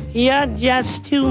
You're just too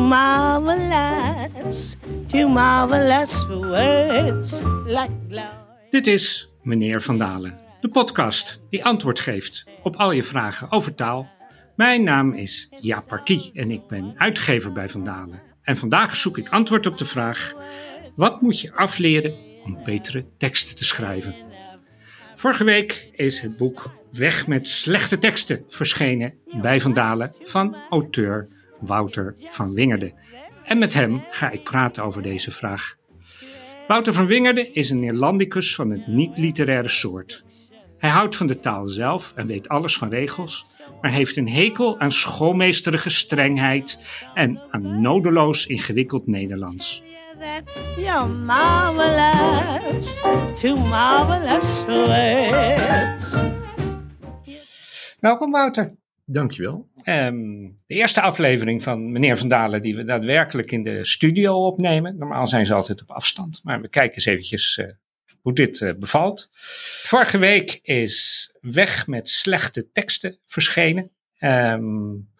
marvelous for words like glory. Dit is Meneer Van Dalen, de podcast die antwoord geeft op al je vragen over taal. Mijn naam is Jaap Parkie en ik ben uitgever bij Van Dalen. En vandaag zoek ik antwoord op de vraag: wat moet je afleren om betere teksten te schrijven? Vorige week is het boek Weg met slechte teksten verschenen bij Van Dalen van auteur Wouter van Wingerden. En met hem ga ik praten over deze vraag. Wouter van Wingerden is een Neerlandicus van het niet-literaire soort. Hij houdt van de taal zelf en weet alles van regels, maar heeft een hekel aan schoolmeesterige strengheid en aan nodeloos ingewikkeld Nederlands. You're marvelous, too marvelous for words. Welkom Wouter. Dankjewel. De eerste aflevering van Meneer Van Dalen die we daadwerkelijk in de studio opnemen. Normaal zijn ze altijd op afstand, maar we kijken eens eventjes hoe dit bevalt. Vorige week is Weg met slechte teksten verschenen. Een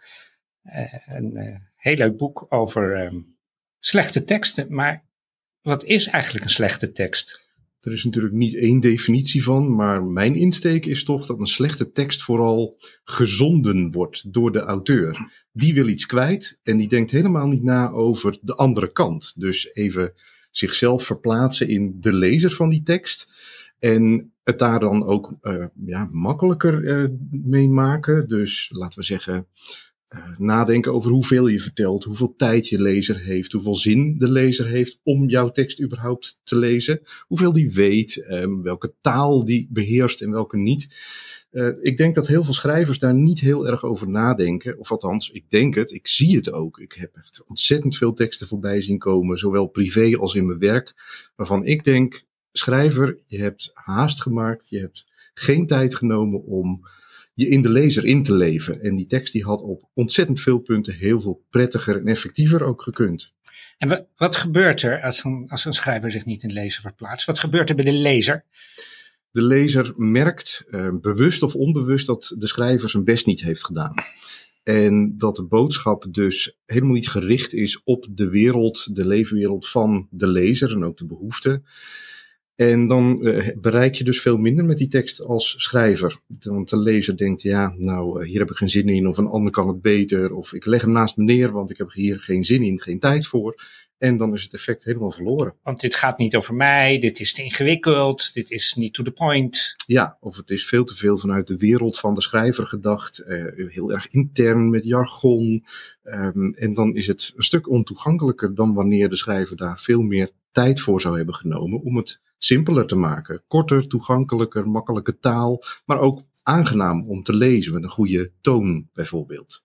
heel leuk boek over slechte teksten, maar wat is eigenlijk een slechte tekst? Er is natuurlijk niet één definitie van, maar mijn insteek is toch dat een slechte tekst vooral gezonden wordt door de auteur. Die wil iets kwijt en die denkt helemaal niet na over de andere kant. Dus even zichzelf verplaatsen in de lezer van die tekst en het daar dan ook makkelijker mee maken. Dus laten we zeggen, nadenken over hoeveel je vertelt, hoeveel tijd je lezer heeft, hoeveel zin de lezer heeft om jouw tekst überhaupt te lezen, hoeveel die weet, welke taal die beheerst en welke niet. Ik denk dat heel veel schrijvers daar niet heel erg over nadenken, of althans, ik denk het, ik zie het ook. Ik heb echt ontzettend veel teksten voorbij zien komen, zowel privé als in mijn werk, waarvan ik denk, schrijver, je hebt haast gemaakt, je hebt geen tijd genomen om je in de lezer in te leven. En die tekst die had op ontzettend veel punten heel veel prettiger en effectiever ook gekund. En wat gebeurt er als een schrijver zich niet in de lezer verplaatst? Wat gebeurt er bij de lezer? De lezer merkt, bewust of onbewust, dat de schrijver zijn best niet heeft gedaan. En dat de boodschap dus helemaal niet gericht is op de wereld, de leefwereld van de lezer en ook de behoeften. En dan bereik je dus veel minder met die tekst als schrijver. Want de lezer denkt, hier heb ik geen zin in, of een ander kan het beter, of ik leg hem naast me neer, want ik heb hier geen zin in, geen tijd voor. En dan is het effect helemaal verloren. Want dit gaat niet over mij, dit is te ingewikkeld, dit is niet to the point. Ja, of het is veel te veel vanuit de wereld van de schrijver gedacht, heel erg intern met jargon. En dan is het een stuk ontoegankelijker dan wanneer de schrijver daar veel meer tijd voor zou hebben genomen om het simpeler te maken. Korter, toegankelijker, makkelijke taal, maar ook aangenaam om te lezen met een goede toon bijvoorbeeld.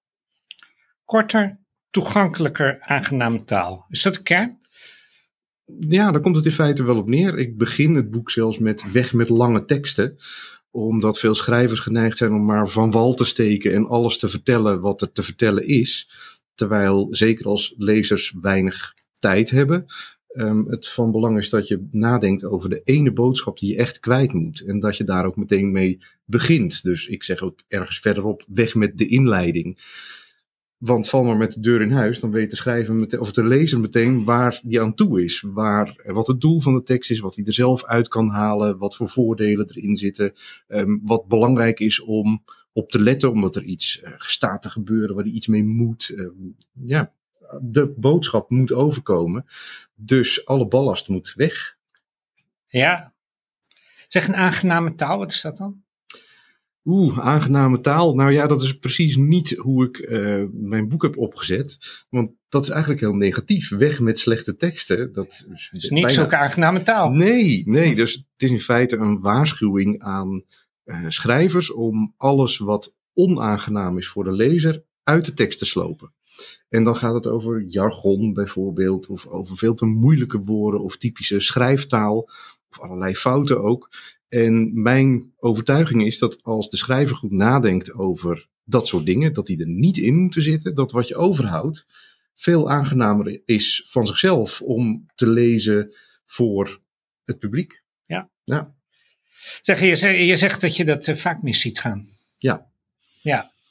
Korter, toegankelijker, aangename taal. Is dat de kern? Ja, daar komt het in feite wel op neer. Ik begin het boek zelfs met Weg met lange teksten, omdat veel schrijvers geneigd zijn om maar van wal te steken en alles te vertellen wat er te vertellen is, terwijl zeker als lezers weinig tijd hebben, het van belang is dat je nadenkt over de ene boodschap die je echt kwijt moet. En dat je daar ook meteen mee begint. Dus ik zeg ook ergens verderop, weg met de inleiding. Want val maar met de deur in huis, dan weet de schrijver of de lezer meteen waar die aan toe is. Wat het doel van de tekst is, wat hij er zelf uit kan halen, wat voor voordelen erin zitten. Wat belangrijk is om op te letten, omdat er iets staat te gebeuren waar hij iets mee moet. De boodschap moet overkomen. Dus alle ballast moet weg. Ja. Zeg, een aangename taal, wat is dat dan? Aangename taal. Nou ja, dat is precies niet hoe ik mijn boek heb opgezet. Want dat is eigenlijk heel negatief. Weg met slechte teksten. Dat is niet zulke aangename taal. Nee. Dus het is in feite een waarschuwing aan schrijvers om alles wat onaangenaam is voor de lezer uit de tekst te slopen. En dan gaat het over jargon bijvoorbeeld, of over veel te moeilijke woorden, of typische schrijftaal, of allerlei fouten ook. En mijn overtuiging is dat als de schrijver goed nadenkt over dat soort dingen, dat die er niet in moeten zitten, dat wat je overhoudt veel aangenamer is van zichzelf om te lezen voor het publiek. Ja. Ja. Zeg, je zegt dat je dat vaak mis ziet gaan. Ja. Ja.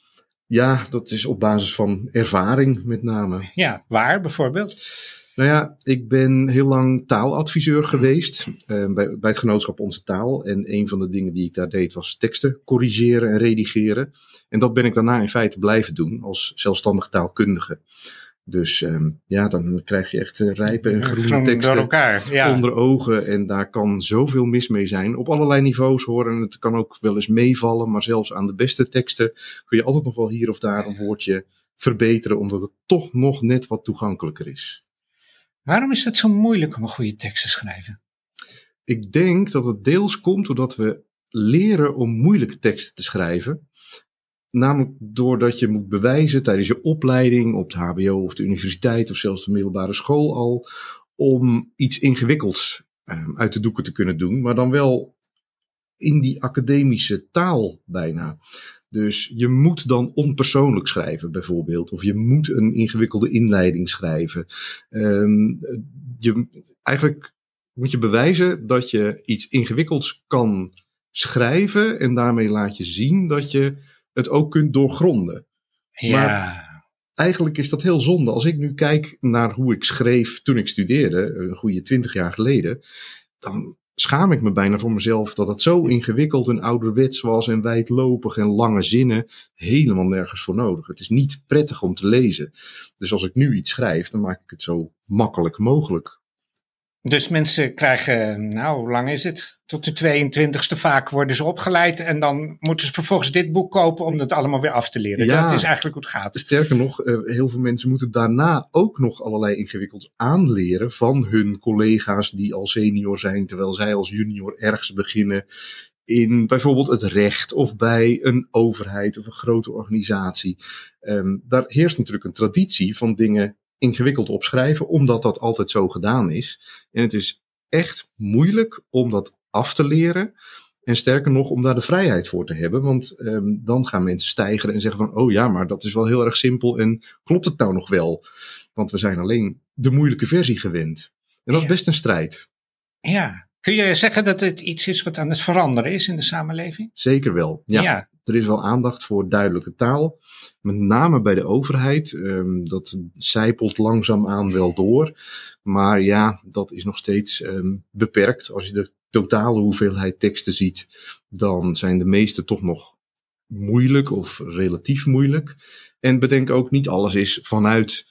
Ja, dat is op basis van ervaring met name. Ja, waar bijvoorbeeld? Nou ja, ik ben heel lang taaladviseur geweest bij het genootschap Onze Taal. En een van de dingen die ik daar deed was teksten corrigeren en redigeren. En dat ben ik daarna in feite blijven doen als zelfstandig taalkundige. Dus dan krijg je echt rijpe en groene teksten door elkaar, onder ogen. En daar kan zoveel mis mee zijn. Op allerlei niveaus hoor. En het kan ook wel eens meevallen. Maar zelfs aan de beste teksten kun je altijd nog wel hier of daar een woordje verbeteren. Omdat het toch nog net wat toegankelijker is. Waarom is het zo moeilijk om een goede tekst te schrijven? Ik denk dat het deels komt doordat we leren om moeilijke teksten te schrijven. Namelijk doordat je moet bewijzen tijdens je opleiding op het hbo of de universiteit of zelfs de middelbare school al, om iets ingewikkelds uit de doeken te kunnen doen, maar dan wel in die academische taal bijna. Dus je moet dan onpersoonlijk schrijven bijvoorbeeld, of je moet een ingewikkelde inleiding schrijven. Eigenlijk moet je bewijzen dat je iets ingewikkelds kan schrijven en daarmee laat je zien dat je het ook kunt doorgronden. Ja. Maar eigenlijk is dat heel zonde. Als ik nu kijk naar hoe ik schreef toen ik studeerde, een goede 20 jaar geleden, dan schaam ik me bijna voor mezelf dat het zo ingewikkeld en ouderwets was en wijdlopig en lange zinnen, helemaal nergens voor nodig. Het is niet prettig om te lezen. Dus als ik nu iets schrijf, dan maak ik het zo makkelijk mogelijk. Dus mensen krijgen, hoe lang is het? Tot de 22e vaak worden ze opgeleid en dan moeten ze vervolgens dit boek kopen om dat allemaal weer af te leren. Ja, dat is eigenlijk hoe het gaat. Sterker nog, heel veel mensen moeten daarna ook nog allerlei ingewikkeld aanleren van hun collega's die al senior zijn, terwijl zij als junior ergens beginnen in bijvoorbeeld het recht of bij een overheid of een grote organisatie. Daar heerst natuurlijk een traditie van dingen ingewikkeld opschrijven, omdat dat altijd zo gedaan is. En het is echt moeilijk om dat af te leren. En sterker nog, om daar de vrijheid voor te hebben. Want dan gaan mensen steigeren en zeggen van, oh ja, maar dat is wel heel erg simpel. En klopt het nou nog wel? Want we zijn alleen de moeilijke versie gewend. En dat is best een strijd. Ja. Kun je zeggen dat het iets is wat aan het veranderen is in de samenleving? Zeker wel, ja. Er is wel aandacht voor duidelijke taal. Met name bij de overheid. Dat sijpelt langzaamaan wel door. Maar ja, dat is nog steeds beperkt. Als je de totale hoeveelheid teksten ziet, dan zijn de meeste toch nog moeilijk of relatief moeilijk. En bedenk ook, niet alles is vanuit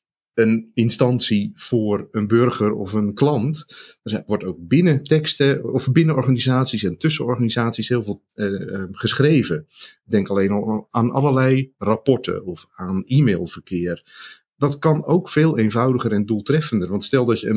een instantie voor een burger of een klant. Er wordt ook binnen teksten of binnen organisaties en tussen organisaties heel veel geschreven. Denk alleen al aan allerlei rapporten of aan e-mailverkeer. Dat kan ook veel eenvoudiger en doeltreffender. Want stel dat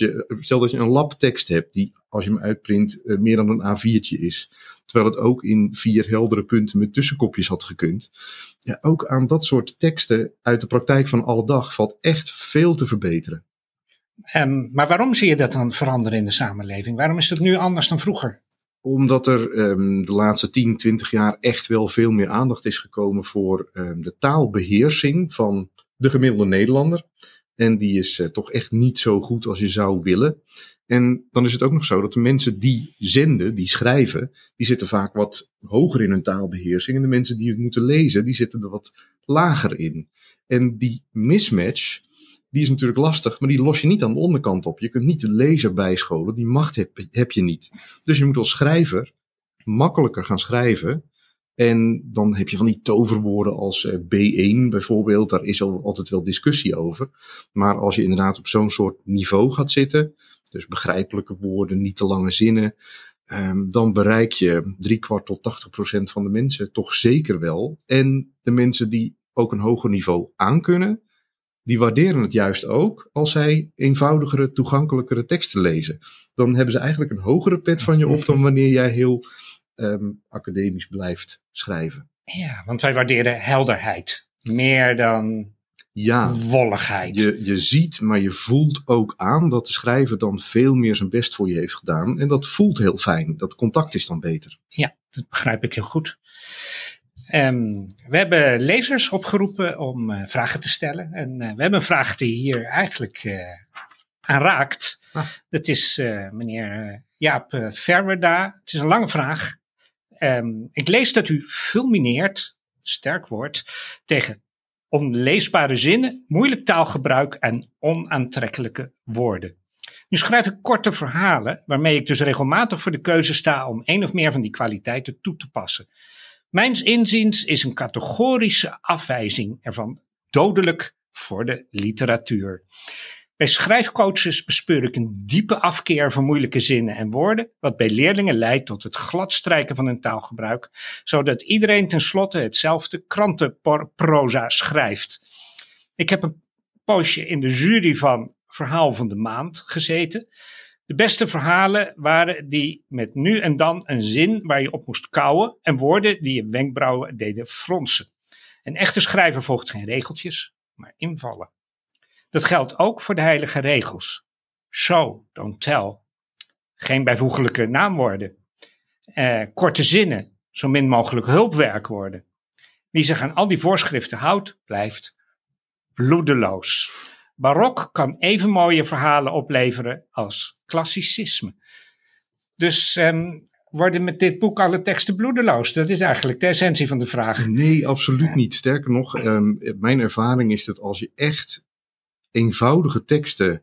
je een labtekst hebt die, als je hem uitprint, meer dan een A4'tje is. Terwijl het ook in 4 heldere punten met tussenkopjes had gekund. Ja, ook aan dat soort teksten uit de praktijk van alle dag valt echt veel te verbeteren. Maar waarom zie je dat dan veranderen in de samenleving? Waarom is het nu anders dan vroeger? Omdat er de laatste 10, 20 jaar echt wel veel meer aandacht is gekomen voor de taalbeheersing van de gemiddelde Nederlander. En die is toch echt niet zo goed als je zou willen. En dan is het ook nog zo dat de mensen die zenden, die schrijven, die zitten vaak wat hoger in hun taalbeheersing. En de mensen die het moeten lezen, die zitten er wat lager in. En die mismatch, die is natuurlijk lastig, maar die los je niet aan de onderkant op. Je kunt niet de lezer bijscholen, die macht heb je niet. Dus je moet als schrijver makkelijker gaan schrijven. En dan heb je van die toverwoorden als B1 bijvoorbeeld, daar is altijd wel discussie over. Maar als je inderdaad op zo'n soort niveau gaat zitten, dus begrijpelijke woorden, niet te lange zinnen, dan bereik je 3/4 tot 80% van de mensen toch zeker wel. En de mensen die ook een hoger niveau aankunnen, die waarderen het juist ook als zij eenvoudigere, toegankelijkere teksten lezen. Dan hebben ze eigenlijk een hogere pet van je op dan wanneer jij heel academisch blijft schrijven. Ja, want wij waarderen helderheid meer dan wolligheid. Je ziet, maar je voelt ook aan dat de schrijver dan veel meer zijn best voor je heeft gedaan. En dat voelt heel fijn. Dat contact is dan beter. Ja, dat begrijp ik heel goed. We hebben lezers opgeroepen om vragen te stellen. En we hebben een vraag die hier eigenlijk aan raakt. Dat is meneer Jaap Verwerda. Het is een lange vraag. Ik lees dat u fulmineert sterk woord, tegen onleesbare zinnen, moeilijk taalgebruik en onaantrekkelijke woorden. Nu schrijf ik korte verhalen, waarmee ik dus regelmatig voor de keuze sta om één of meer van die kwaliteiten toe te passen. Mijns inziens is een categorische afwijzing ervan dodelijk voor de literatuur. Bij schrijfcoaches bespeur ik een diepe afkeer van moeilijke zinnen en woorden, wat bij leerlingen leidt tot het gladstrijken van hun taalgebruik, zodat iedereen tenslotte hetzelfde krantenproza schrijft. Ik heb een poosje in de jury van Verhaal van de Maand gezeten. De beste verhalen waren die met nu en dan een zin waar je op moest kauwen en woorden die je wenkbrauwen deden fronsen. Een echte schrijver volgt geen regeltjes, maar invallen. Dat geldt ook voor de heilige regels. Show, don't tell. Geen bijvoeglijke naamwoorden. Korte zinnen, zo min mogelijk hulpwerkwoorden. Wie zich aan al die voorschriften houdt, blijft bloedeloos. Barok kan even mooie verhalen opleveren als klassicisme. Dus worden met dit boek alle teksten bloedeloos? Dat is eigenlijk de essentie van de vraag. Nee, absoluut niet. Sterker nog, mijn ervaring is dat als je echt eenvoudige teksten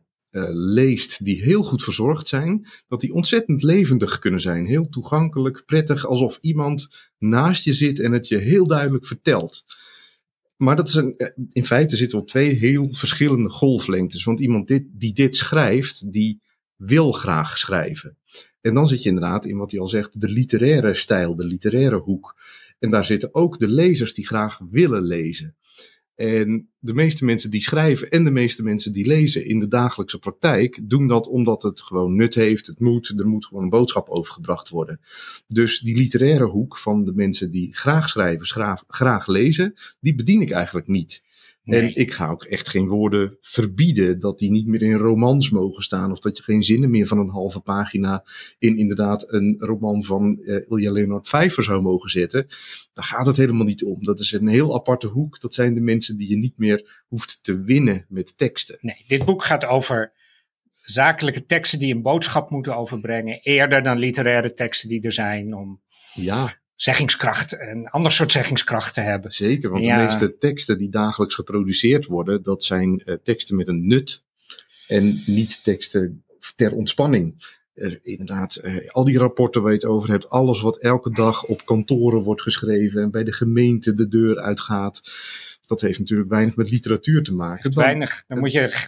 leest die heel goed verzorgd zijn, dat die ontzettend levendig kunnen zijn. Heel toegankelijk, prettig, alsof iemand naast je zit en het je heel duidelijk vertelt. Maar dat is in feite zitten we op twee heel verschillende golflengtes. Want iemand die dit schrijft, die wil graag schrijven. En dan zit je inderdaad in wat hij al zegt, de literaire stijl, de literaire hoek. En daar zitten ook de lezers die graag willen lezen. En de meeste mensen die schrijven en de meeste mensen die lezen in de dagelijkse praktijk doen dat omdat het gewoon nut heeft, het moet, er moet gewoon een boodschap overgebracht worden. Dus die literaire hoek van de mensen die graag schrijven, graag lezen, die bedien ik eigenlijk niet. Nee. En ik ga ook echt geen woorden verbieden dat die niet meer in romans mogen staan of dat je geen zinnen meer van een halve pagina in inderdaad een roman van Ilja Leonard Vijver zou mogen zetten. Daar gaat het helemaal niet om. Dat is een heel aparte hoek. Dat zijn de mensen die je niet meer hoeft te winnen met teksten. Nee, dit boek gaat over zakelijke teksten die een boodschap moeten overbrengen, eerder dan literaire teksten die er zijn om zeggingskracht, een ander soort zeggingskracht te hebben. Zeker, want de meeste teksten die dagelijks geproduceerd worden, dat zijn teksten met een nut en niet teksten ter ontspanning. Inderdaad, al die rapporten waar je het over hebt, alles wat elke dag op kantoren wordt geschreven en bij de gemeente de deur uitgaat, dat heeft natuurlijk weinig met literatuur te maken. Weinig, dan moet je,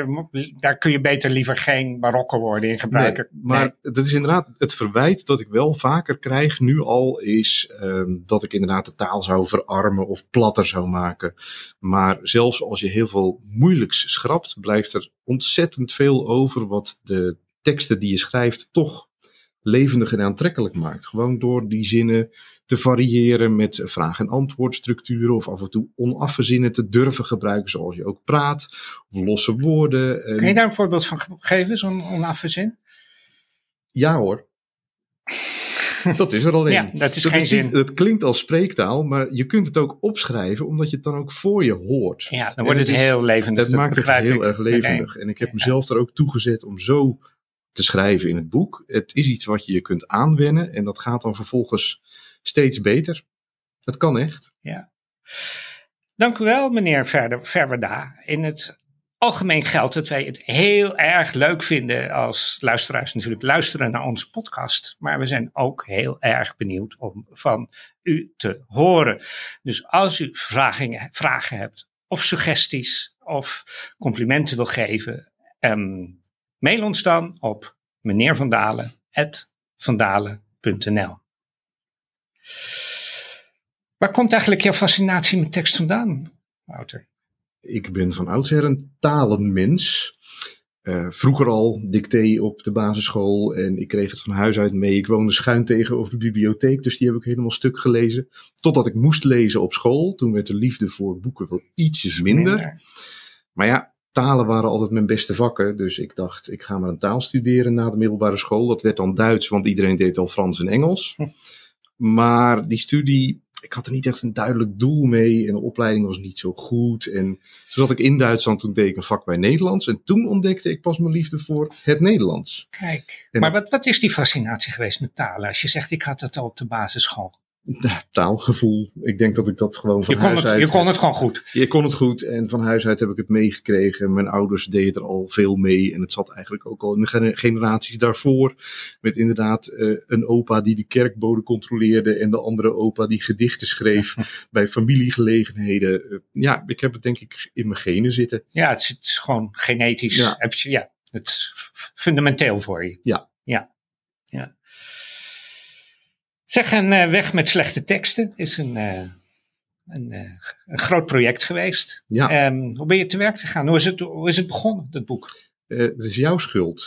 daar kun je beter liever geen barokke woorden in gebruiken. Nee, maar dat is inderdaad het verwijt dat ik wel vaker krijg nu al, is dat ik inderdaad de taal zou verarmen of platter zou maken. Maar zelfs als je heel veel moeilijks schrapt, blijft er ontzettend veel over wat de teksten die je schrijft toch levendig en aantrekkelijk maakt. Gewoon door die zinnen te variëren met vraag- en antwoordstructuren of af en toe onaffe zinnen te durven gebruiken zoals je ook praat. Of losse woorden. Kun je daar een voorbeeld van geven, zo'n onaffe zin? Ja hoor. Dat is er alleen. Ja, dat is geen zin. Het klinkt als spreektaal, maar je kunt het ook opschrijven omdat je het dan ook voor je hoort. Ja, dan wordt het heel levendig. Het maakt het heel erg levendig. En ik heb mezelf er ook toegezet om zo te schrijven in het boek. Het is iets wat je kunt aanwennen en dat gaat dan vervolgens steeds beter. Dat kan echt. Ja. Dank u wel, meneer Verwerda. In het algemeen geldt dat wij het heel erg leuk vinden als luisteraars natuurlijk luisteren naar onze podcast. Maar we zijn ook heel erg benieuwd om van u te horen. Dus als u vragen hebt of suggesties of complimenten wil geven, mail ons dan op meneervandalen@vandalen.nl. Waar komt eigenlijk jouw fascinatie met tekst vandaan, Wouter? Ik ben van oudsher een talenmens. Vroeger al dicté op de basisschool en ik kreeg het van huis uit mee. Ik woonde schuin tegenover de bibliotheek, dus die heb ik helemaal stuk gelezen. Totdat ik moest lezen op school. Toen werd de liefde voor boeken wel ietsjes minder. Maar ja, talen waren altijd mijn beste vakken, dus ik dacht, ik ga maar een taal studeren na de middelbare school. Dat werd dan Duits, want iedereen deed al Frans en Engels. Maar die studie, ik had er niet echt een duidelijk doel mee en de opleiding was niet zo goed. En toen zat ik in Duitsland, toen deed ik een vak bij Nederlands en toen ontdekte ik pas mijn liefde voor het Nederlands. Kijk, maar wat is die fascinatie geweest met talen? Als je zegt, ik had het al op de basisschool. Taalgevoel. Ik denk dat ik dat gewoon van huis uit... Je kon het gewoon goed. Je kon het goed en van huis uit heb ik het meegekregen. Mijn ouders deden er al veel mee en het zat eigenlijk ook al in de generaties daarvoor. Met inderdaad een opa die de kerkbode controleerde en de andere opa die gedichten schreef bij familiegelegenheden. Ik heb het denk ik in mijn genen zitten. Ja, het is gewoon genetisch. Ja. Het is fundamenteel voor je. Ja. Zeg, en Weg met slechte teksten is een groot project geweest. Ja. Hoe ben je te werk gegaan? Hoe is het begonnen, dat boek? Het is jouw schuld.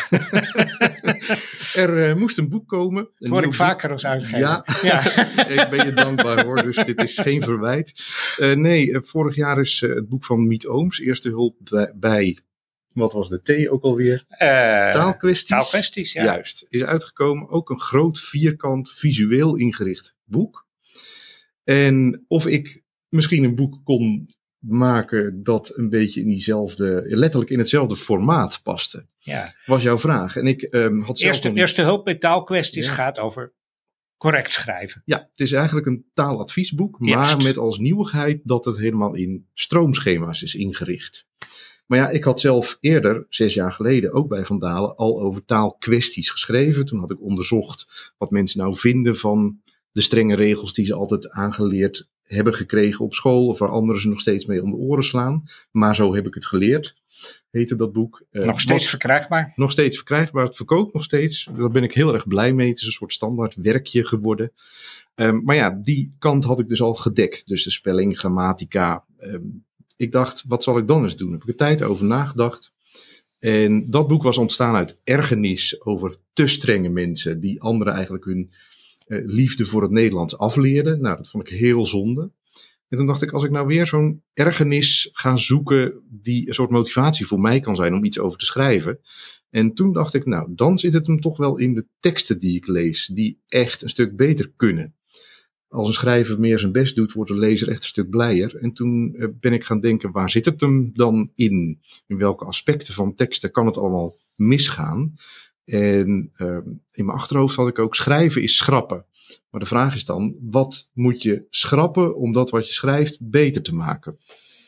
Er moest een boek komen. Dat hoor ik vaker als uitgever. Ja. Ik ben je dankbaar hoor, dus dit is geen verwijt. Vorig jaar is het boek van Miet Ooms, Eerste Hulp bij... Wat was de T ook alweer? Taalkwesties. Taalkwesties, ja. Juist, is uitgekomen. Ook een groot, vierkant, visueel ingericht boek. En of ik misschien een boek kon maken dat een beetje in letterlijk in hetzelfde formaat paste. Ja. Was jouw vraag. En ik had zelf Eerste hulp bij taalkwesties gaat over correct schrijven. Ja, het is eigenlijk een taaladviesboek, maar Juist. met als nieuwigheid dat het helemaal in stroomschema's is ingericht. Maar ja, ik had zelf eerder, 6 jaar geleden, ook bij Van Dalen, al over taalkwesties geschreven. Toen had ik onderzocht wat mensen nou vinden van de strenge regels die ze altijd aangeleerd hebben gekregen op school, of waar anderen ze nog steeds mee om de oren slaan. Maar zo heb ik het geleerd, heette dat boek. Nog steeds verkrijgbaar? Nog steeds verkrijgbaar, het verkoopt nog steeds. Daar ben ik heel erg blij mee. Het is een soort standaard werkje geworden. Maar ja, die kant had ik dus al gedekt. Dus de spelling, grammatica. Ik dacht, wat zal ik dan eens doen? Heb ik er tijd over nagedacht. En dat boek was ontstaan uit ergernis over te strenge mensen die anderen eigenlijk hun liefde voor het Nederlands afleerden. Nou, dat vond ik heel zonde. En toen dacht ik, als ik nou weer zo'n ergernis ga zoeken die een soort motivatie voor mij kan zijn om iets over te schrijven. En toen dacht ik, nou, dan zit het hem toch wel in de teksten die ik lees, die echt een stuk beter kunnen. Als een schrijver meer zijn best doet, wordt de lezer echt een stuk blijer. En toen ben ik gaan denken, waar zit het hem dan in? In welke aspecten van teksten kan het allemaal misgaan? En in mijn achterhoofd had ik ook, schrijven is schrappen. Maar de vraag is dan, wat moet je schrappen om dat wat je schrijft beter te maken?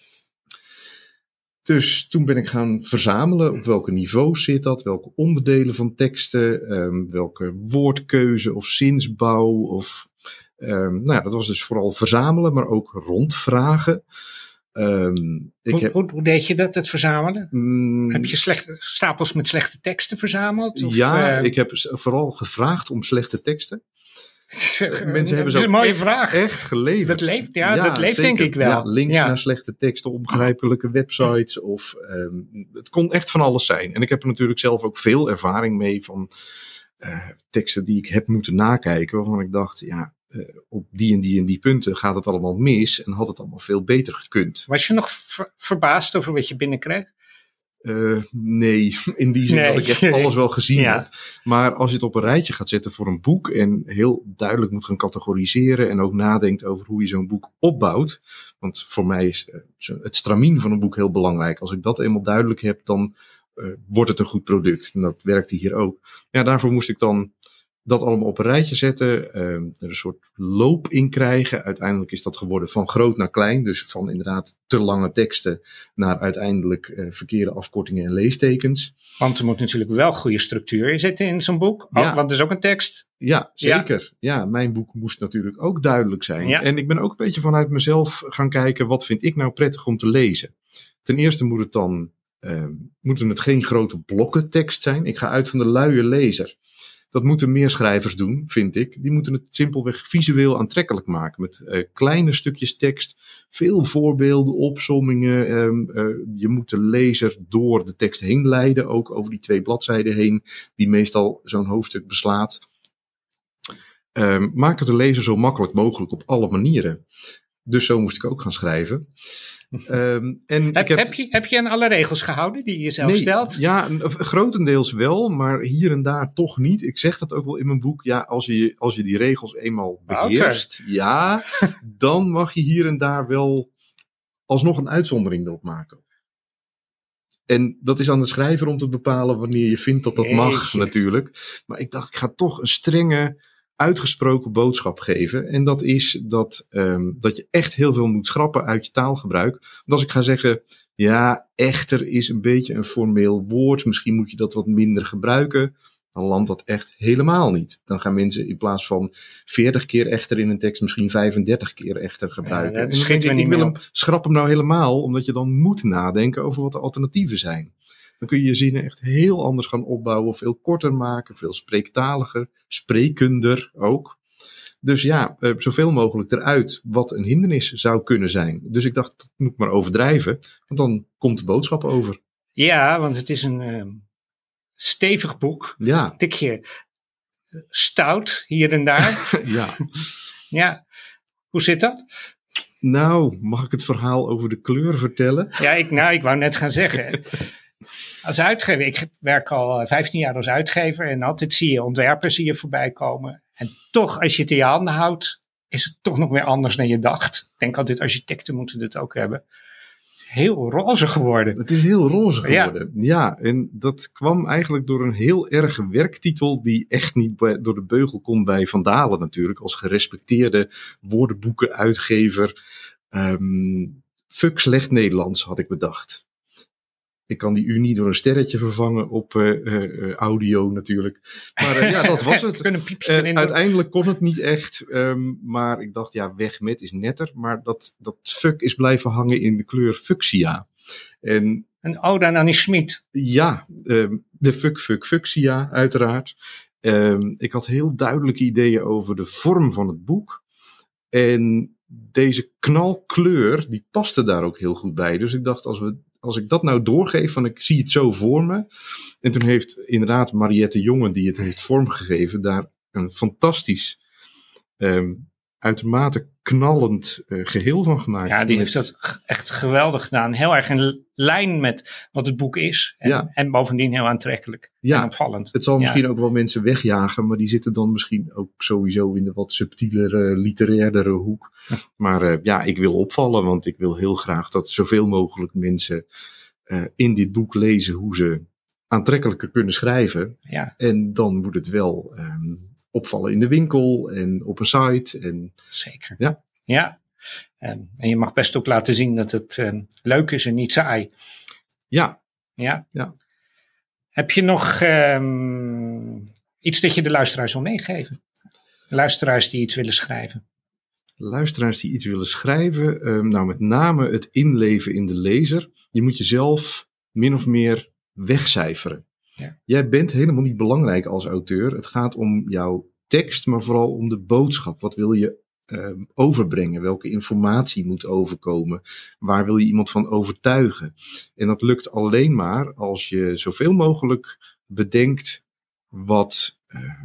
Dus toen ben ik gaan verzamelen, op welke niveaus zit dat, welke onderdelen van teksten, welke woordkeuze of zinsbouw. Dat was dus vooral verzamelen, maar ook rondvragen. Hoe deed je dat, het verzamelen? Heb je stapels met slechte teksten verzameld? Of, ik heb vooral gevraagd om slechte teksten. Mensen hebben dat is een mooie vraag. Echt geleverd. Dat leeft, dat leeft denk ik wel. Ja, links naar slechte teksten, onbegrijpelijke websites. Het kon echt van alles zijn. En ik heb er natuurlijk zelf ook veel ervaring mee van teksten die ik heb moeten nakijken. Waarvan ik dacht, op die en die en die punten gaat het allemaal mis. En had het allemaal veel beter gekund. Was je nog verbaasd over wat je binnenkreeg? Nee, in die zin dat ik echt alles wel gezien heb. Maar als je het op een rijtje gaat zetten voor een boek en heel duidelijk moet gaan categoriseren en ook nadenkt over hoe je zo'n boek opbouwt. Want voor mij is het stramien van een boek heel belangrijk. Als ik dat eenmaal duidelijk heb, dan wordt het een goed product. En dat werkte hier ook. Ja, daarvoor moest ik dan dat allemaal op een rijtje zetten, er een soort loop in krijgen. Uiteindelijk is dat geworden van groot naar klein. Dus van inderdaad te lange teksten naar uiteindelijk verkeerde afkortingen en leestekens. Want er moet natuurlijk wel goede structuur in zitten in zo'n boek. Want het is ook een tekst. Ja, zeker. Ja, mijn boek moest natuurlijk ook duidelijk zijn. Ja. En ik ben ook een beetje vanuit mezelf gaan kijken, wat vind ik nou prettig om te lezen? Ten eerste moeten het geen grote blokken tekst zijn. Ik ga uit van de luie lezer. Dat moeten meer schrijvers doen, vind ik. Die moeten het simpelweg visueel aantrekkelijk maken. Met kleine stukjes tekst, veel voorbeelden, opsommingen. Je moet de lezer door de tekst heen leiden. Ook over die 2 bladzijden heen, die meestal zo'n hoofdstuk beslaat. Maak het de lezer zo makkelijk mogelijk op alle manieren. Dus zo moest ik ook gaan schrijven. Heb je aan alle regels gehouden die je zelf stelt? Ja, grotendeels wel, maar hier en daar toch niet. Ik zeg dat ook wel in mijn boek. Ja, als je die regels eenmaal beheerst, dan mag je hier en daar wel alsnog een uitzondering erop maken. En dat is aan de schrijver om te bepalen wanneer je vindt dat dat mag, natuurlijk. Maar ik dacht, ik ga toch een strenge uitgesproken boodschap geven. En dat is dat je echt heel veel moet schrappen uit je taalgebruik. Want als ik ga zeggen, ja, echter is een beetje een formeel woord. Misschien moet je dat wat minder gebruiken. Dan landt dat echt helemaal niet. Dan gaan mensen in plaats van 40 keer echter in een tekst misschien 35 keer echter gebruiken. Schrap hem nou helemaal, omdat je dan moet nadenken over wat de alternatieven zijn. Dan kun je je zinnen echt heel anders gaan opbouwen, veel korter maken, veel spreektaliger, sprekender ook. Dus ja, zoveel mogelijk eruit wat een hindernis zou kunnen zijn. Dus ik dacht, dat moet ik maar overdrijven, want dan komt de boodschap over. Ja, want het is een stevig boek. Ja. Tikje stout hier en daar. Ja. Ja. Hoe zit dat? Nou, mag ik het verhaal over de kleur vertellen? Ja, ik wou net gaan zeggen. Als uitgever, ik werk al 15 jaar als uitgever en altijd zie je ontwerpen voorbij komen. En toch, als je het in je handen houdt, is het toch nog weer anders dan je dacht. Ik denk altijd, architecten moeten dit ook hebben. Heel roze geworden. Het is heel roze geworden. Ja, en dat kwam eigenlijk door een heel erge werktitel die echt niet door de beugel kon bij Van Dalen natuurlijk. Als gerespecteerde woordenboekenuitgever. Fuck slecht Nederlands had ik bedacht. Ik kan die U niet door een sterretje vervangen op audio natuurlijk. Maar ja, dat was het. Uiteindelijk kon het niet echt. Maar ik dacht, ja, weg met is netter. Maar dat fuck is blijven hangen in de kleur fuchsia. En een ode aan Annie Schmid. Ja, de fuchsia uiteraard. Ik had heel duidelijke ideeën over de vorm van het boek. En deze knalkleur, die paste daar ook heel goed bij. Dus ik dacht, als ik dat nou doorgeef, van ik zie het zo voor me. En toen heeft inderdaad Mariette Jonge, die het heeft vormgegeven, daar een fantastisch, uitermate knallend geheel van gemaakt. Ja, die heeft dat echt geweldig gedaan. Heel erg in lijn met wat het boek is. En bovendien heel aantrekkelijk en opvallend. Het zal misschien ook wel mensen wegjagen, maar die zitten dan misschien ook sowieso in de wat subtielere, literairdere hoek. Maar ik wil opvallen, want ik wil heel graag dat zoveel mogelijk mensen in dit boek lezen hoe ze aantrekkelijker kunnen schrijven. Ja. En dan moet het wel opvallen in de winkel en op een site. En, zeker. Ja. En je mag best ook laten zien dat het leuk is en niet saai. Ja. Heb je nog iets dat je de luisteraars wil meegeven? De luisteraars die iets willen schrijven. Luisteraars die iets willen schrijven, nou met name het inleven in de lezer. Je moet jezelf min of meer wegcijferen. Ja. Jij bent helemaal niet belangrijk als auteur. Het gaat om jouw tekst, maar vooral om de boodschap. Wat wil je overbrengen? Welke informatie moet overkomen? Waar wil je iemand van overtuigen? En dat lukt alleen maar als je zoveel mogelijk bedenkt wat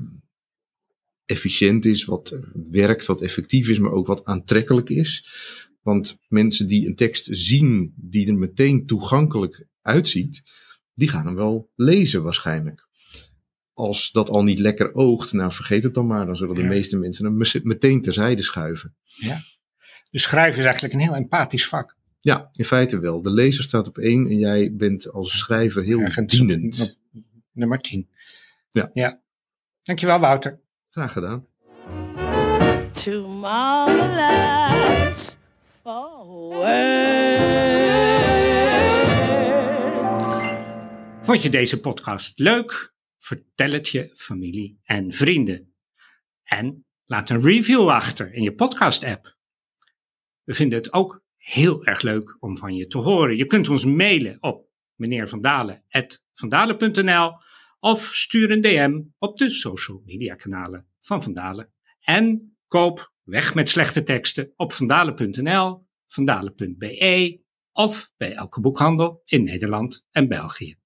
efficiënt is, wat werkt, wat effectief is, maar ook wat aantrekkelijk is. Want mensen die een tekst zien die er meteen toegankelijk uitziet, die gaan hem wel lezen waarschijnlijk. Als dat al niet lekker oogt, nou vergeet het dan maar. Dan zullen de meeste mensen hem meteen terzijde schuiven. Ja. Dus schrijven is eigenlijk een heel empathisch vak. Ja, in feite wel. De lezer staat op 1 en jij bent als schrijver heel dienend. Nummer 10. Ja. Dankjewel, Wouter. Graag gedaan. Too marvelous for words. Vond je deze podcast leuk? Vertel het je familie en vrienden. En laat een review achter in je podcast-app. We vinden het ook heel erg leuk om van je te horen. Je kunt ons mailen op meneervandalen@vandalen.nl of stuur een DM op de social media kanalen van Van Dalen. En koop Weg met slechte teksten op vandalen.nl, vandalen.be of bij elke boekhandel in Nederland en België.